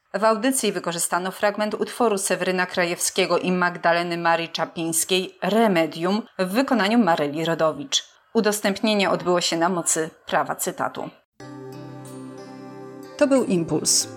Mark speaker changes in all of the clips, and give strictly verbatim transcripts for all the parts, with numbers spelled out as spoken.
Speaker 1: W audycji wykorzystano fragment utworu Seweryna Krajewskiego i Magdaleny Marii Czaplińskiej Remedium w wykonaniu Maryli Rodowicz. Udostępnienie odbyło się na mocy prawa cytatu. To był impuls.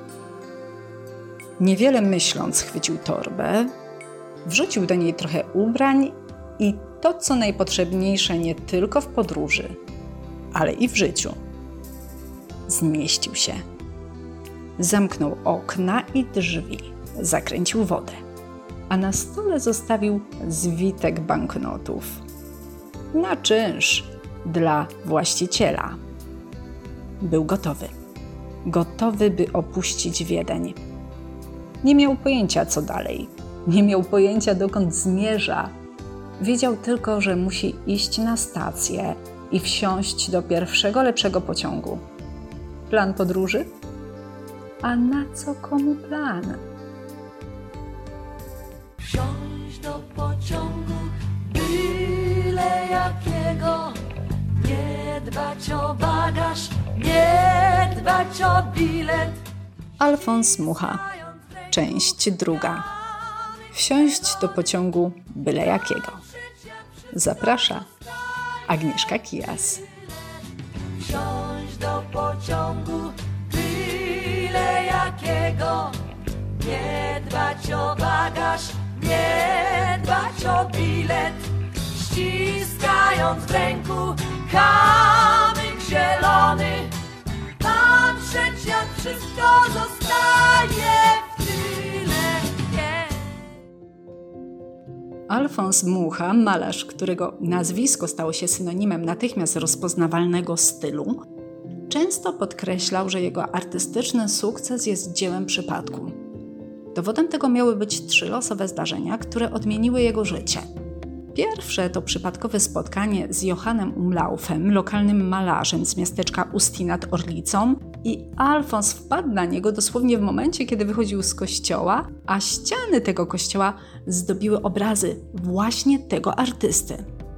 Speaker 1: Niewiele myśląc chwycił torbę, wrzucił do niej trochę ubrań i to, co najpotrzebniejsze nie tylko w podróży, ale i w życiu. Zmieścił się. Zamknął okna i drzwi, zakręcił wodę, a na stole zostawił zwitek banknotów. Na czynsz dla właściciela. Był gotowy. Gotowy, by opuścić Wiedeń. Nie miał pojęcia, co dalej. Nie miał pojęcia, dokąd zmierza. Wiedział tylko, że musi iść na stację i wsiąść do pierwszego lepszego pociągu. Plan podróży? A na co komu plan?
Speaker 2: Wsiąść do pociągu byle jakiego, nie dbać o bagaż, nie dbać o bilet.
Speaker 1: Alfons Mucha, część druga. Wsiąść do pociągu byle jakiego. Zaprasza Agnieszka Kijas.
Speaker 2: Wsiąść do pociągu byle jakiego, nie dbać o bagaż, nie dbać o bilet, ściskając w ręku kamyk zielony, patrzeć jak wszystko zostaje w tyle. Yeah.
Speaker 1: Alfons Mucha, malarz, którego nazwisko stało się synonimem natychmiast rozpoznawalnego stylu, często podkreślał, że jego artystyczny sukces jest dziełem przypadku. Dowodem tego miały być trzy losowe zdarzenia, które odmieniły jego życie. Pierwsze to przypadkowe spotkanie z Johannem Umlaufem, lokalnym malarzem z miasteczka Ustí nad Orlicą, i Alfons wpadł na niego dosłownie w momencie, kiedy wychodził z kościoła, a ściany tego kościoła zdobiły obrazy właśnie tego artysty.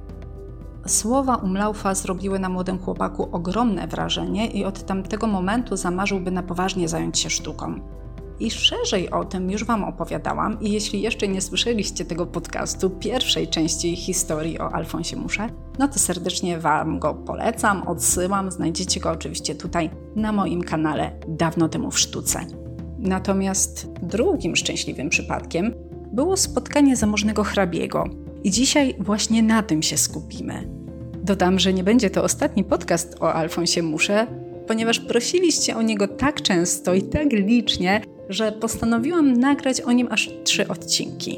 Speaker 1: Słowa Umlaufa zrobiły na młodym chłopaku ogromne wrażenie i od tamtego momentu zamarzył, by na poważnie zająć się sztuką. I szerzej o tym już Wam opowiadałam i jeśli jeszcze nie słyszeliście tego podcastu, pierwszej części historii o Alfonsie Musze, no to serdecznie Wam go polecam, odsyłam, znajdziecie go oczywiście tutaj na moim kanale Dawno temu w sztuce. Natomiast drugim szczęśliwym przypadkiem było spotkanie zamożnego hrabiego i dzisiaj właśnie na tym się skupimy. Dodam, że nie będzie to ostatni podcast o Alfonsie Musze, ponieważ prosiliście o niego tak często i tak licznie, że postanowiłam nagrać o nim aż trzy odcinki.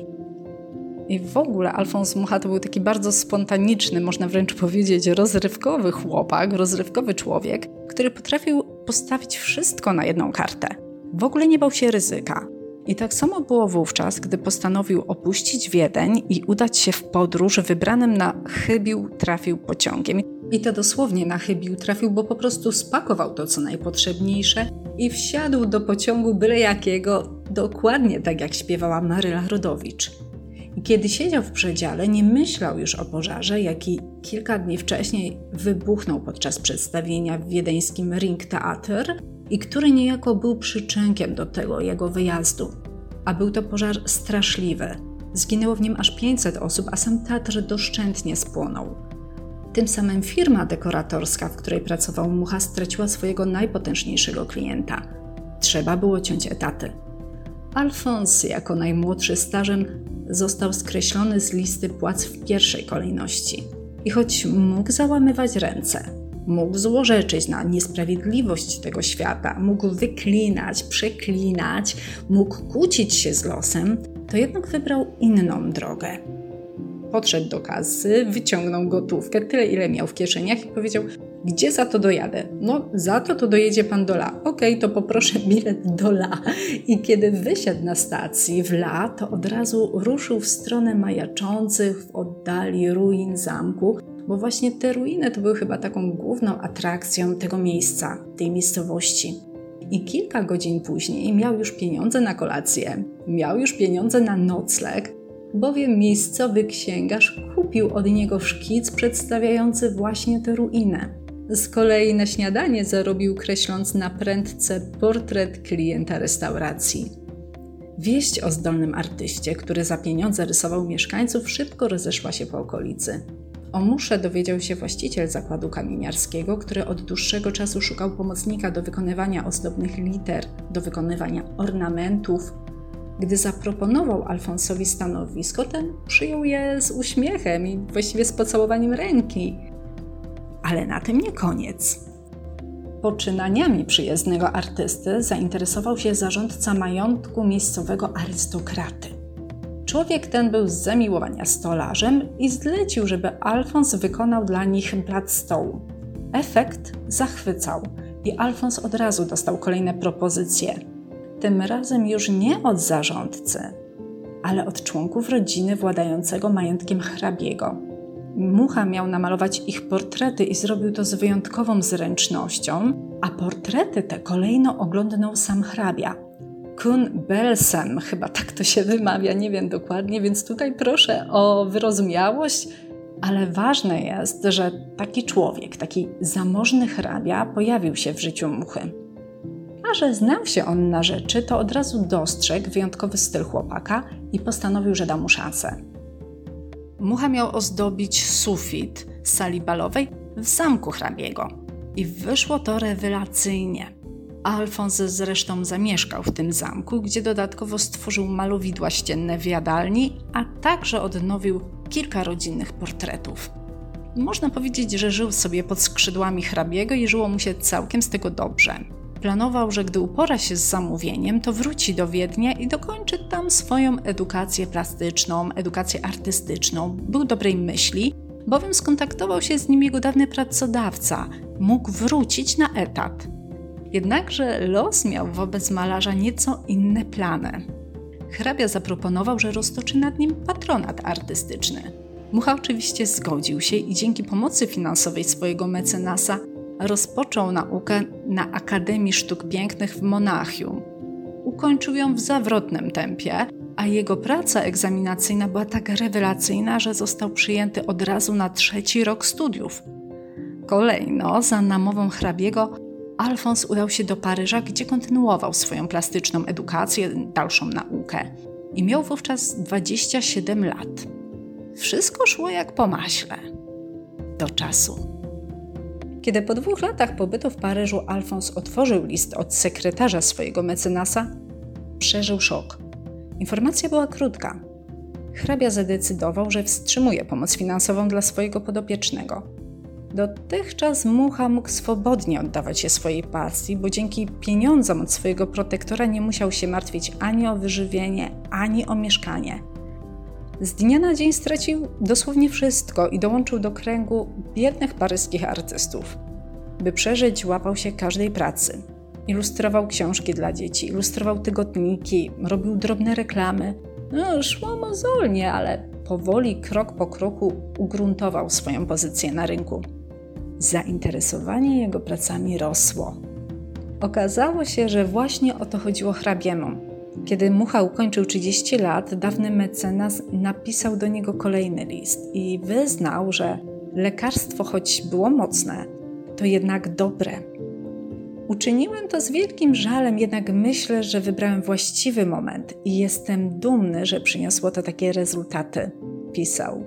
Speaker 1: I w ogóle Alfons Mucha to był taki bardzo spontaniczny, można wręcz powiedzieć rozrywkowy chłopak, rozrywkowy człowiek, który potrafił postawić wszystko na jedną kartę. W ogóle nie bał się ryzyka. I tak samo było wówczas, gdy postanowił opuścić Wiedeń i udać się w podróż wybranym na chybił trafił pociągiem. I to dosłownie na chybił trafił, bo po prostu spakował to, co najpotrzebniejsze i wsiadł do pociągu byle jakiego, dokładnie tak jak śpiewała Maryla Rodowicz. I kiedy siedział w przedziale, nie myślał już o pożarze, jaki kilka dni wcześniej wybuchnął podczas przedstawienia w wiedeńskim Ringtheater i który niejako był przyczynkiem do tego jego wyjazdu. A był to pożar straszliwy. Zginęło w nim aż pięćset osób, a sam teatr doszczętnie spłonął. Tym samym firma dekoratorska, w której pracował Mucha, straciła swojego najpotężniejszego klienta. Trzeba było ciąć etaty. Alfons, jako najmłodszy stażem, został skreślony z listy płac w pierwszej kolejności. I choć mógł załamywać ręce, mógł złorzeczyć na niesprawiedliwość tego świata, mógł wyklinać, przeklinać, mógł kłócić się z losem, to jednak wybrał inną drogę. Podszedł do kasy, wyciągnął gotówkę, tyle ile miał w kieszeniach i powiedział: gdzie za to dojadę? No, za to to dojedzie pan do La. Okej, okay, to poproszę bilet do La. I kiedy wysiadł na stacji w La, to od razu ruszył w stronę majaczących w oddali ruin zamku, bo właśnie te ruiny to były chyba taką główną atrakcją tego miejsca, tej miejscowości. I kilka godzin później miał już pieniądze na kolację, miał już pieniądze na nocleg, bowiem miejscowy księgarz kupił od niego szkic przedstawiający właśnie tę ruinę. Z kolei na śniadanie zarobił, kreśląc na prędce portret klienta restauracji. Wieść o zdolnym artyście, który za pieniądze rysował mieszkańców, szybko rozeszła się po okolicy. O Musze dowiedział się właściciel zakładu kamieniarskiego, który od dłuższego czasu szukał pomocnika do wykonywania ozdobnych liter, do wykonywania ornamentów. Gdy zaproponował Alfonsowi stanowisko, ten przyjął je z uśmiechem i właściwie z pocałowaniem ręki. Ale na tym nie koniec. Poczynaniami przyjezdnego artysty zainteresował się zarządca majątku miejscowego arystokraty. Człowiek ten był z zamiłowania stolarzem i zlecił, żeby Alfons wykonał dla nich blat stołu. Efekt zachwycał i Alfons od razu dostał kolejne propozycje. Tym razem już nie od zarządcy, ale od członków rodziny władającego majątkiem hrabiego. Mucha miał namalować ich portrety i zrobił to z wyjątkową zręcznością, a portrety te kolejno oglądnął sam hrabia. Kun Belsem, chyba tak to się wymawia, nie wiem dokładnie, więc tutaj proszę o wyrozumiałość, ale ważne jest, że taki człowiek, taki zamożny hrabia pojawił się w życiu Muchy. A że znał się on na rzeczy, to od razu dostrzegł wyjątkowy styl chłopaka i postanowił, że da mu szansę. Mucha miał ozdobić sufit z sali balowej w zamku hrabiego i wyszło to rewelacyjnie. Alfons zresztą zamieszkał w tym zamku, gdzie dodatkowo stworzył malowidła ścienne w jadalni, a także odnowił kilka rodzinnych portretów. Można powiedzieć, że żył sobie pod skrzydłami hrabiego i żyło mu się całkiem z tego dobrze. Planował, że gdy upora się z zamówieniem, to wróci do Wiednia i dokończy tam swoją edukację plastyczną, edukację artystyczną. Był dobrej myśli, bowiem skontaktował się z nim jego dawny pracodawca. Mógł wrócić na etat. Jednakże los miał wobec malarza nieco inne plany. Hrabia zaproponował, że roztoczy nad nim patronat artystyczny. Mucha oczywiście zgodził się i dzięki pomocy finansowej swojego mecenasa rozpoczął naukę na Akademii Sztuk Pięknych w Monachium. Ukończył ją w zawrotnym tempie, a jego praca egzaminacyjna była tak rewelacyjna, że został przyjęty od razu na trzeci rok studiów. Kolejno, za namową hrabiego, Alfons udał się do Paryża, gdzie kontynuował swoją plastyczną edukację, dalszą naukę i miał wówczas dwadzieścia siedem lat. Wszystko szło jak po maśle. Do czasu. Kiedy po dwóch latach pobytu w Paryżu Alfons otworzył list od sekretarza swojego mecenasa, przeżył szok. Informacja była krótka. Hrabia zadecydował, że wstrzymuje pomoc finansową dla swojego podopiecznego. Dotychczas Mucha mógł swobodnie oddawać się swojej pasji, bo dzięki pieniądzom od swojego protektora nie musiał się martwić ani o wyżywienie, ani o mieszkanie. Z dnia na dzień stracił dosłownie wszystko i dołączył do kręgu biednych paryskich artystów. By przeżyć, łapał się każdej pracy. Ilustrował książki dla dzieci, ilustrował tygodniki, robił drobne reklamy. No, szło mozolnie, ale powoli, krok po kroku ugruntował swoją pozycję na rynku. Zainteresowanie jego pracami rosło. Okazało się, że właśnie o to chodziło hrabiemu. Kiedy Mucha ukończył trzydzieści lat, dawny mecenas napisał do niego kolejny list i wyznał, że lekarstwo, choć było mocne, to jednak dobre. Uczyniłem to z wielkim żalem, jednak myślę, że wybrałem właściwy moment i jestem dumny, że przyniosło to takie rezultaty, pisał.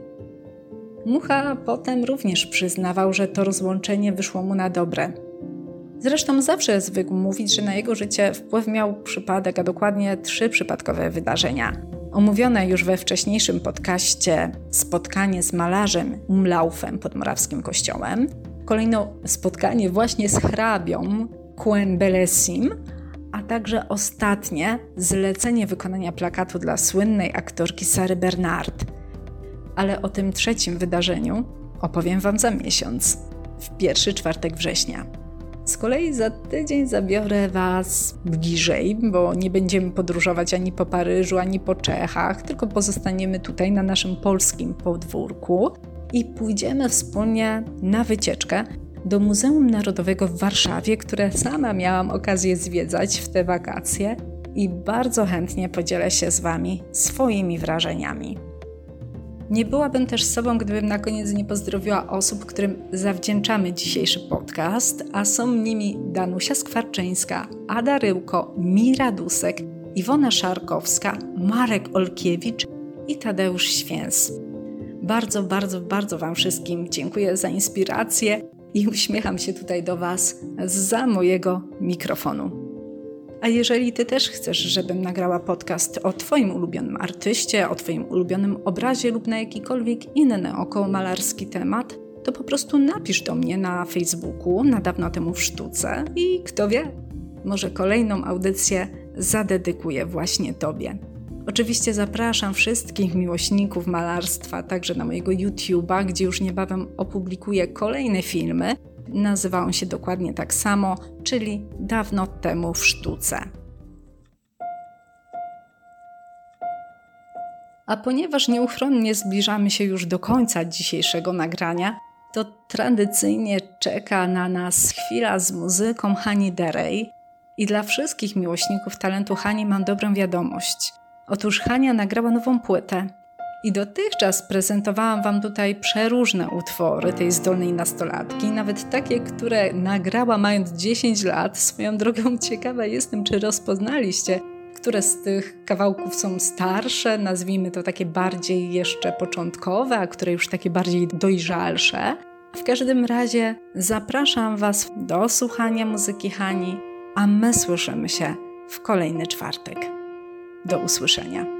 Speaker 1: Mucha potem również przyznawał, że to rozłączenie wyszło mu na dobre. Zresztą zawsze zwykł mówić, że na jego życie wpływ miał przypadek, a dokładnie trzy przypadkowe wydarzenia. Omówione już we wcześniejszym podcaście spotkanie z malarzem Umlaufem pod morawskim kościołem, kolejno spotkanie właśnie z hrabią Quen Bellessim, a także ostatnie zlecenie wykonania plakatu dla słynnej aktorki Sary Bernard. Ale o tym trzecim wydarzeniu opowiem Wam za miesiąc, w pierwszy czwartek września. Z kolei za tydzień zabiorę Was bliżej, bo nie będziemy podróżować ani po Paryżu, ani po Czechach, tylko pozostaniemy tutaj na naszym polskim podwórku i pójdziemy wspólnie na wycieczkę do Muzeum Narodowego w Warszawie, które sama miałam okazję zwiedzać w te wakacje i bardzo chętnie podzielę się z Wami swoimi wrażeniami. Nie byłabym też sobą, gdybym na koniec nie pozdrowiła osób, którym zawdzięczamy dzisiejszy podcast, a są nimi Danusia Skwarczyńska, Ada Ryłko, Mira Dusek, Iwona Szarkowska, Marek Olkiewicz i Tadeusz Święs. Bardzo, bardzo, bardzo Wam wszystkim dziękuję za inspirację i uśmiecham się tutaj do Was zza mojego mikrofonu. A jeżeli Ty też chcesz, żebym nagrała podcast o Twoim ulubionym artyście, o Twoim ulubionym obrazie lub na jakikolwiek inny okołomalarski temat, to po prostu napisz do mnie na Facebooku, na Dawno temu w sztuce i kto wie, może kolejną audycję zadedykuję właśnie Tobie. Oczywiście zapraszam wszystkich miłośników malarstwa także na mojego YouTube'a, gdzie już niebawem opublikuję kolejne filmy. Nazywa on się dokładnie tak samo, czyli Dawno temu w sztuce. A ponieważ nieuchronnie zbliżamy się już do końca dzisiejszego nagrania, to tradycyjnie czeka na nas chwila z muzyką Hani Derej. I dla wszystkich miłośników talentu Hani mam dobrą wiadomość. Otóż Hania nagrała nową płytę i dotychczas prezentowałam Wam tutaj przeróżne utwory tej zdolnej nastolatki, nawet takie, które nagrała mając dziesięć lat. Swoją drogą ciekawa jestem, czy rozpoznaliście, które z tych kawałków są starsze, nazwijmy to takie bardziej jeszcze początkowe, a które już takie bardziej dojrzalsze. W każdym razie zapraszam Was do słuchania muzyki Hani, a my słyszymy się w kolejny czwartek. Do usłyszenia.